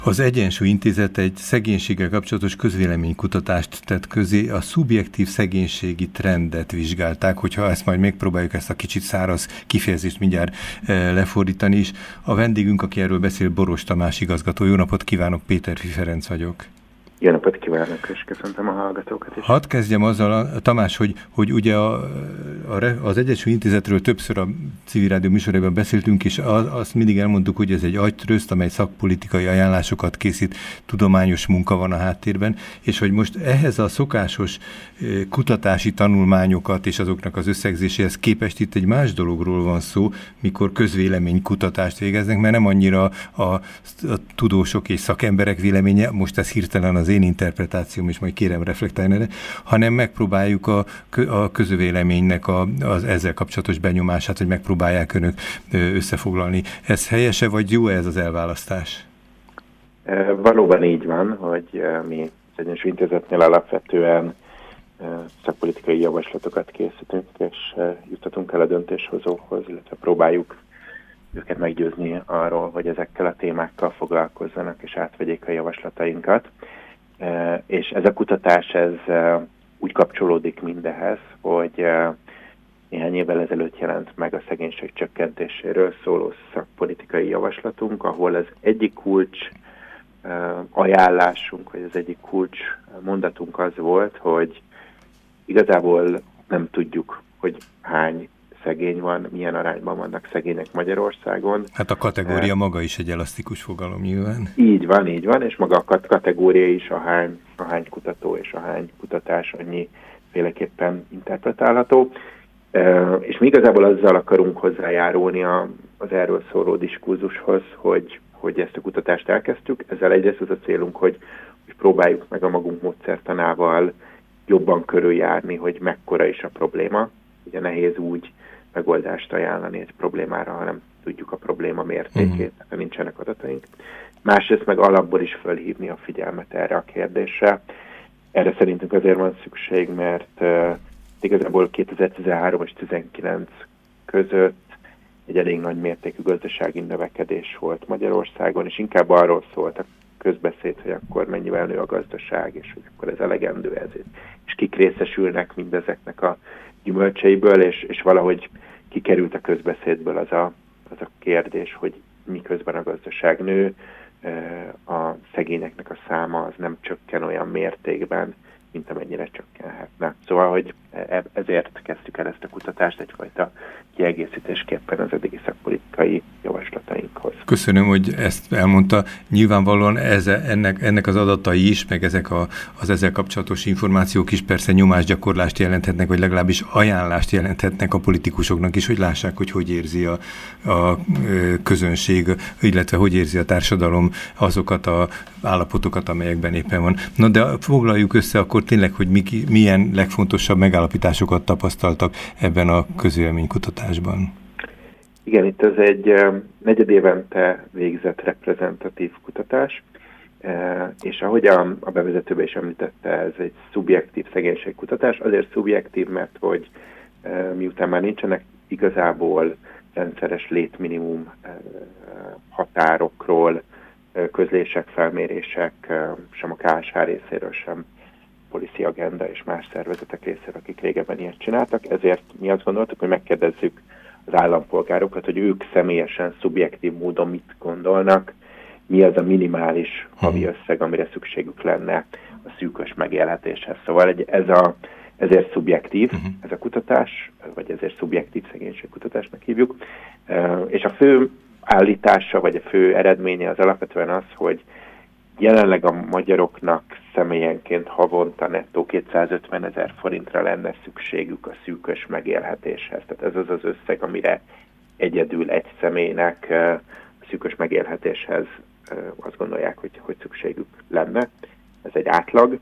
Az Egyensúly Intézet egy szegénységgel kapcsolatos közvéleménykutatást tett közé, a szubjektív szegénységi trendet vizsgálták, hogyha ezt majd megpróbáljuk ezt a kicsit száraz kifejezést mindjárt lefordítani is. A vendégünk, aki erről beszél, Boros Tamás igazgató. Jó napot kívánok, Péterfi Ferenc vagyok. Jó napot kívánok, és köszöntöm a hallgatókat is. Hadd kezdjem azzal, Tamás, hogy ugye az Egyensúly Intézetről többször a Civil Rádió műsorában beszéltünk, és azt mindig elmondtuk, hogy ez egy agytröszt, amely szakpolitikai ajánlásokat készít, tudományos munka van a háttérben, és hogy most ehhez a szokásos kutatási tanulmányokat és azoknak az összegzéséhez képest itt egy más dologról van szó, mikor közvéleménykutatást végeznek, mert nem annyira a tudósok és szakemberek véleménye, most ez hirtelen az én interpretációm, és majd kérem reflektálni erre, hanem megpróbáljuk a közvéleménynek az ezzel kapcsolatos benyomását, hogy megpróbálják önök összefoglalni. Ez helyese, vagy jó ez az elválasztás? Valóban így van, hogy mi az Egyensúly Intézetnél alapvetően szakpolitikai javaslatokat készítünk, és juttatunk el a döntéshozókhoz, illetve próbáljuk őket meggyőzni arról, hogy ezekkel a témákkal foglalkozzanak, és átvegyék a javaslatainkat. És ez a kutatás ez úgy kapcsolódik mindehez, hogy néhány évvel ezelőtt jelent meg a szegénység csökkentéséről szóló szakpolitikai javaslatunk, ahol az egyik kulcs ajánlásunk, vagy az egyik kulcs mondatunk az volt, hogy igazából nem tudjuk, hogy hány szegény van, milyen arányban vannak szegények Magyarországon. Hát a kategória maga is egy elasztikus fogalom nyilván. Így van, és maga a kategória is, a hány kutató és a hány kutatás annyi féleképpen interpretálható. És mi igazából azzal akarunk hozzájárulni az erről szóló diskurzushoz, hogy ezt a kutatást elkezdtük. Ezzel egyrészt az a célunk, hogy próbáljuk meg a magunk módszertanával jobban körüljárni, hogy mekkora is a probléma. Ugye nehéz úgy megoldást ajánlani egy problémára, ha nem tudjuk a probléma mértékét, ha nincsenek adataink. Másrészt meg alapból is fölhívni a figyelmet erre a kérdésre. Erre szerintünk azért van szükség, mert igazából 2013 és 2019 között egy elég nagy mértékű gazdasági növekedés volt Magyarországon, és inkább arról szólt a közbeszéd, hogy akkor mennyivel nő a gazdaság, és hogy akkor ez elegendő ezért. És kik részesülnek mindezeknek a gyümölcseiből, és valahogy kikerült a közbeszédből az a kérdés, hogy miközben a gazdaság nő, a szegényeknek a száma az nem csökken olyan mértékben, mint amennyire csökkenhetne. Szóval, hogy ezért kezdtük el ezt a kutatást egyfajta kiegészítésképpen az eddigi szakpolitikai javaslatainkhoz. Köszönöm, hogy ezt elmondta. Nyilvánvalóan ennek az adatai is, meg ezek az ezzel kapcsolatos információk is persze nyomásgyakorlást jelenthetnek, vagy legalábbis ajánlást jelenthetnek a politikusoknak is, hogy lássák, hogy érzi a közönség, illetve hogy érzi a társadalom azokat az állapotokat, amelyekben éppen van. Na de foglaljuk össze akkor tényleg, hogy milyen legfontosabb megállapításokat tapasztaltak ebben a közvéleménykutatásban. Igen, itt ez egy negyedévente végzett reprezentatív kutatás, és ahogy a bevezetőben is említette, ez egy szubjektív szegénységkutatás. Azért szubjektív, mert hogy miután már nincsenek igazából rendszeres létminimum határokról, közlések, felmérések, sem a KSH részéről, sem Policy Agenda és más szervezetek részéről, akik régebben ilyet csináltak, ezért mi azt gondoltuk, hogy megkérdezzük az állampolgárokat, hogy ők személyesen, szubjektív módon mit gondolnak, mi az a minimális havi összeg, amire szükségük lenne a szűkös megélhetéshez. Szóval ezért szubjektív ez a kutatás, vagy ezért szubjektív szegénységkutatásnak hívjuk, és a fő állítása, vagy a fő eredménye az alapvetően az, hogy jelenleg a magyaroknak személyenként havonta nettó 250 000 forintra lenne szükségük a szűkös megélhetéshez. Tehát ez az összeg, amire egyedül egy személynek a szűkös megélhetéshez azt gondolják, hogy szükségük lenne. Ez egy átlag,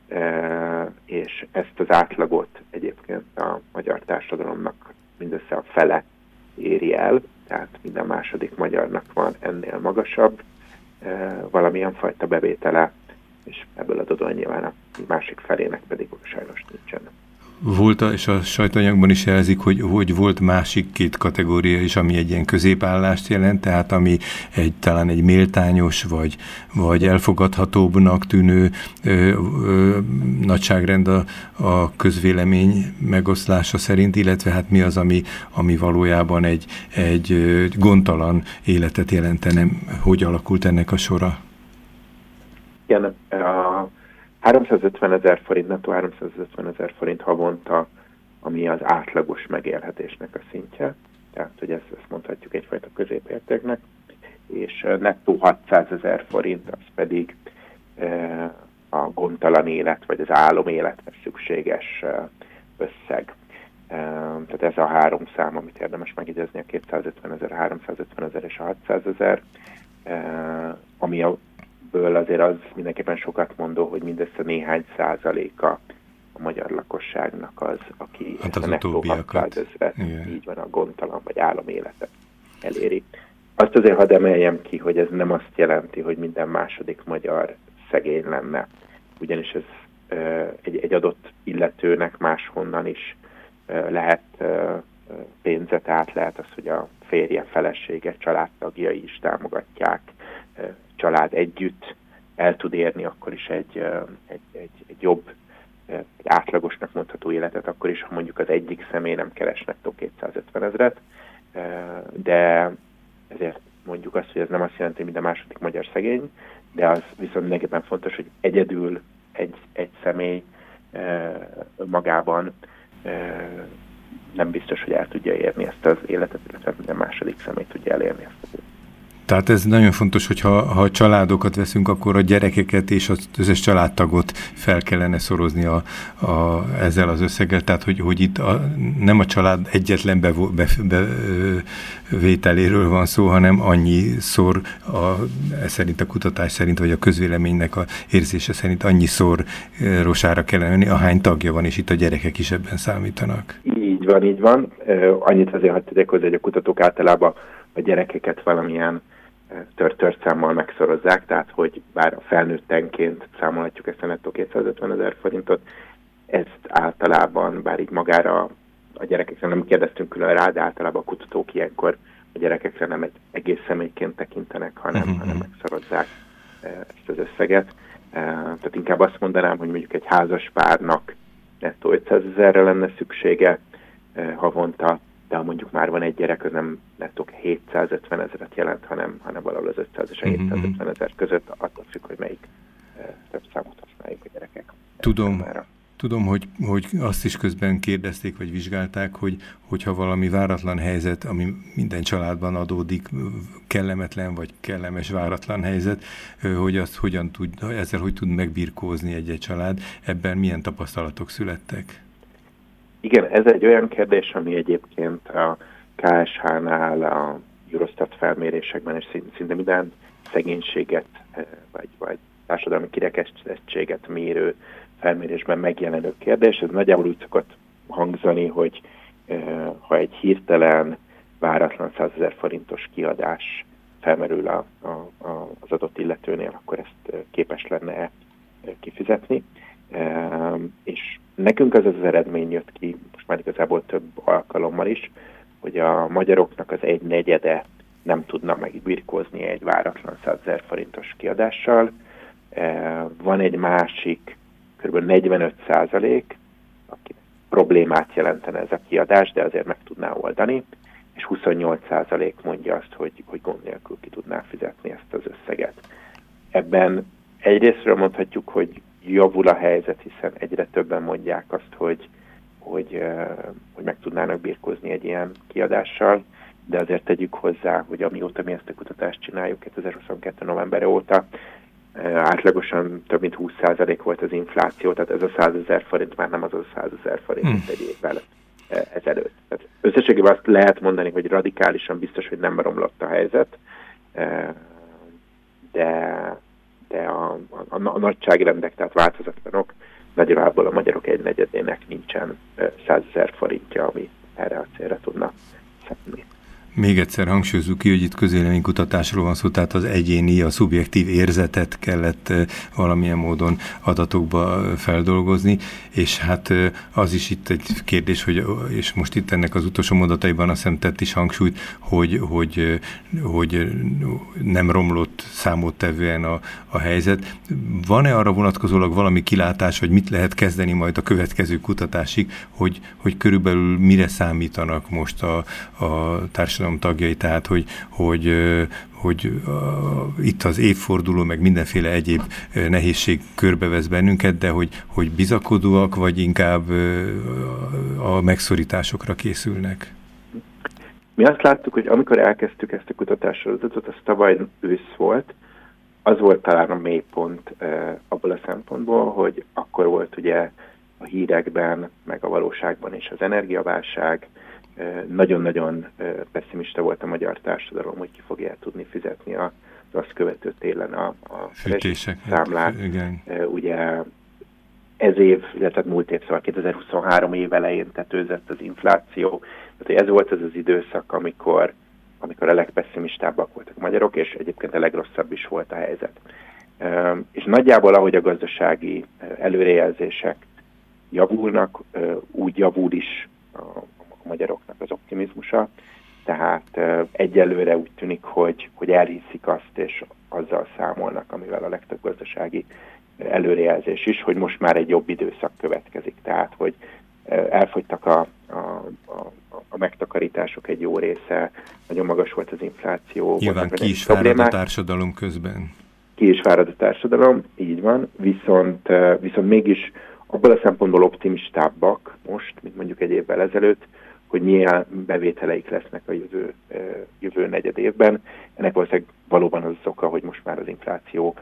és ezt az átlagot egyébként a magyar társadalomnak mindössze a fele éri el, tehát minden második magyarnak van ennél magasabb valamilyen fajta bevétele, és ebből adódóan nyilván a másik felének pedig sajnos nincsen. Volt, és a sajtóanyagban is jelzik, hogy volt másik két kategória is, ami egy ilyen középállást jelent, tehát ami talán egy méltányos, vagy elfogadhatóbbnak tűnő nagyságrend a közvélemény megoszlása szerint, illetve hát mi az, ami valójában egy gondtalan életet jelentene. Hogy alakult ennek a sora? Igen, 350 000 forint, nettó 350 000 forint havonta, ami az átlagos megélhetésnek a szintje, tehát hogy ezt mondhatjuk egyfajta középértéknek, és nettó 600 000 forint, az pedig a gondtalan élet, vagy az álomélethez szükséges összeg. Tehát ez a három szám, amit érdemes megjegyezni, a 250 000, 350 000 és a 600 000, ami ből azért az mindenképpen sokat mondó, hogy mindössze néhány százaléka a magyar lakosságnak az, aki hát ezt a nettó 600 000, így van, a gondtalan vagy áloméletet eléri. Azt azért hadd emeljem ki, hogy ez nem azt jelenti, hogy minden második magyar szegény lenne, ugyanis ez egy adott illetőnek máshonnan is lehet pénzet át, lehet az, hogy a férje, felesége, családtagjai is támogatják, család együtt el tud érni akkor is egy jobb, egy átlagosnak mondható életet, akkor is, ha mondjuk az egyik személy nem keres nettó 250 000, de ezért mondjuk azt, hogy ez nem azt jelenti, hogy minden második magyar szegény, de az viszont mindenképpen fontos, hogy egyedül egy személy magában nem biztos, hogy el tudja érni ezt az életet, illetve minden második személy tudja elérni ezt az életet. Tehát ez nagyon fontos, hogy ha családokat veszünk, akkor a gyerekeket és az összes családtagot fel kellene szorozni ezzel az összeggel. Tehát, hogy itt nem a család egyetlen bevételéről van szó, hanem annyiszor, szerint a kutatás szerint, vagy a közvéleménynek a érzése szerint annyiszor rosára kellene menni, ahány tagja van, és itt a gyerekek is ebben számítanak. Így van. Annyit azért hadd tegyek hozzá, hogy a kutatók általában a gyerekeket valamilyen tört számmal megszorozzák, tehát hogy bár a felnőttenként számolhatjuk ezt a nettó 250 000 forintot, ezt általában, bár így magára a gyerekekre nem kérdeztünk külön rá, de általában a kutatók ilyenkor a gyerekekre nem egy egész személyként tekintenek, hanem megszorozzák ezt az összeget. Tehát inkább azt mondanám, hogy mondjuk egy házas párnak nettó 500 000-re lenne szüksége havonta, de ha mondjuk már van egy gyerek, az nem nettó 750 000 jelent, hanem valahol az 500 és a 750 000 között, attól függ, hogy melyik több számot használjuk a gyerekek. Tudom, hogy azt is közben kérdezték, vagy vizsgálták, hogyha valami váratlan helyzet, ami minden családban adódik, kellemetlen vagy kellemes váratlan helyzet, hogy azt ezzel hogy tud megbirkózni egy család, ebben milyen tapasztalatok születtek? Igen, ez egy olyan kérdés, ami egyébként a KSH-nál, a Eurostat felmérésekben és szinte minden szegénységet vagy társadalmi kirekesztettséget mérő felmérésben megjelenő kérdés. Ez nagyjából úgy szokott hangzani, hogy ha egy hirtelen, váratlan 100 000 forintos kiadás felmerül az adott illetőnél, akkor ezt képes lenne kifizetni. És nekünk az eredmény jött ki, most már igazából több alkalommal is, hogy a magyaroknak az 1/4 nem tudna megbirkózni egy váratlan 100 000 forintos kiadással. Van egy másik, kb. 45%, aki problémát jelentene ez a kiadás, de azért meg tudná oldani, és 28% mondja azt, hogy gond nélkül ki tudná fizetni ezt az összeget. Ebben egyrésztről mondhatjuk, hogy javul a helyzet, hiszen egyre többen mondják azt, hogy meg tudnának birkózni egy ilyen kiadással, de azért tegyük hozzá, hogy amióta mi ezt a kutatást csináljuk 2022. novembere óta, átlagosan több mint 20% volt az infláció, tehát ez a 100 000 forint már nem az a 100 000 forint, mint egy évvel ezelőtt. Tehát összességében azt lehet mondani, hogy radikálisan biztos, hogy nem romlott a helyzet, de a nagyságrendek, tehát változatlanok, nagyjából a magyarok 1/4 nincsen 100 000 forintja, ami erre a célra tudna szedni. Még egyszer hangsúlyozzuk ki, hogy itt közvéleménykutatásról van szó, tehát az egyéni, a szubjektív érzetet kellett valamilyen módon adatokba feldolgozni, és hát az is itt egy kérdés, hogy, és most itt ennek az utolsó mondataiban azt hiszem tett is hangsúlyt, hogy nem romlott számottevően a helyzet. Van-e arra vonatkozólag valami kilátás, hogy mit lehet kezdeni majd a következő kutatásig, hogy körülbelül mire számítanak most a társadalom tagjai, tehát hogy itt az évforduló, meg mindenféle egyéb nehézség körbevesz bennünket, de hogy bizakodóak, vagy inkább a megszorításokra készülnek? Mi azt láttuk, hogy amikor elkezdtük ezt a kutatássorozatot, az tavaly ősz volt, az volt talán a mélypont abból a szempontból, hogy akkor volt ugye a hírekben, meg a valóságban is az energiaválság, nagyon-nagyon pessimista volt a magyar társadalom, hogy ki fogja tudni fizetni az azt követő télen a számlát. Ugye ez év, illetve múlt év, szóval 2023 év elején tetőzött az infláció. Tehát ez volt az az időszak, amikor a legpesszimistábbak voltak a magyarok, és egyébként a legrosszabb is volt a helyzet. És nagyjából ahogy a gazdasági előrejelzések javulnak, úgy javul is a magyaroknak az optimizmusa. Tehát egyelőre úgy tűnik, hogy elhiszik azt, és azzal számolnak, amivel a legtöbb gazdasági előrejelzés is, hogy most már egy jobb időszak következik. Tehát, hogy elfogytak a megtakarítások egy jó része, nagyon magas volt az infláció. Nyilván ki is fárad a társadalom közben. Ki is fárad a társadalom, így van, viszont mégis abból a szempontból optimistábbak most, mint mondjuk egy évvel ezelőtt, hogy milyen bevételeik lesznek a jövő negyed évben. Ennek valószínűleg valóban az oka, hogy most már az infláció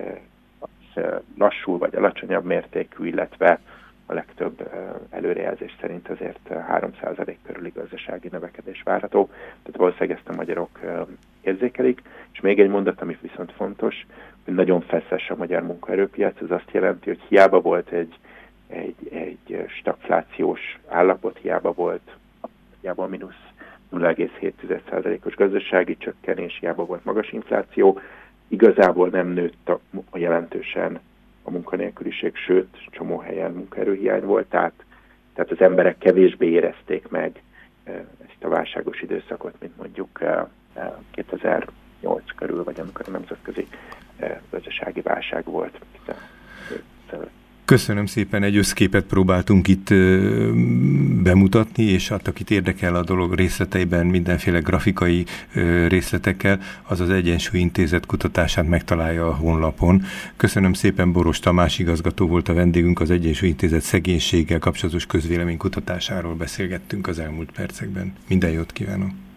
lassul vagy alacsonyabb mértékű, illetve a legtöbb előrejelzés szerint azért 3% körüli gazdasági növekedés várható. Tehát valószínűleg ezt a magyarok érzékelik. És még egy mondat, ami viszont fontos, hogy nagyon feszes a magyar munkaerőpiac. Ez azt jelenti, hogy hiába volt egy stagflációs állapot, hiába mínusz 0,7%-os gazdasági csökkenés, hiába volt magas infláció, igazából nem nőtt a jelentősen a munkanélküliség, sőt, csomó helyen munkaerőhiány volt, tehát az emberek kevésbé érezték meg ezt a válságos időszakot, mint mondjuk 2008 körül, vagy amikor a nemzetközi gazdasági válság volt. Köszönöm szépen, egy összképet próbáltunk itt bemutatni, és hát akit érdekel a dolog részleteiben mindenféle grafikai részletekkel, az az Egyensúly Intézet kutatását megtalálja a honlapon. Köszönöm szépen, Boros Tamás igazgató volt a vendégünk, az Egyensúly Intézet szegénységgel kapcsolatos közvélemény kutatásáról beszélgettünk az elmúlt percekben. Minden jót kívánok!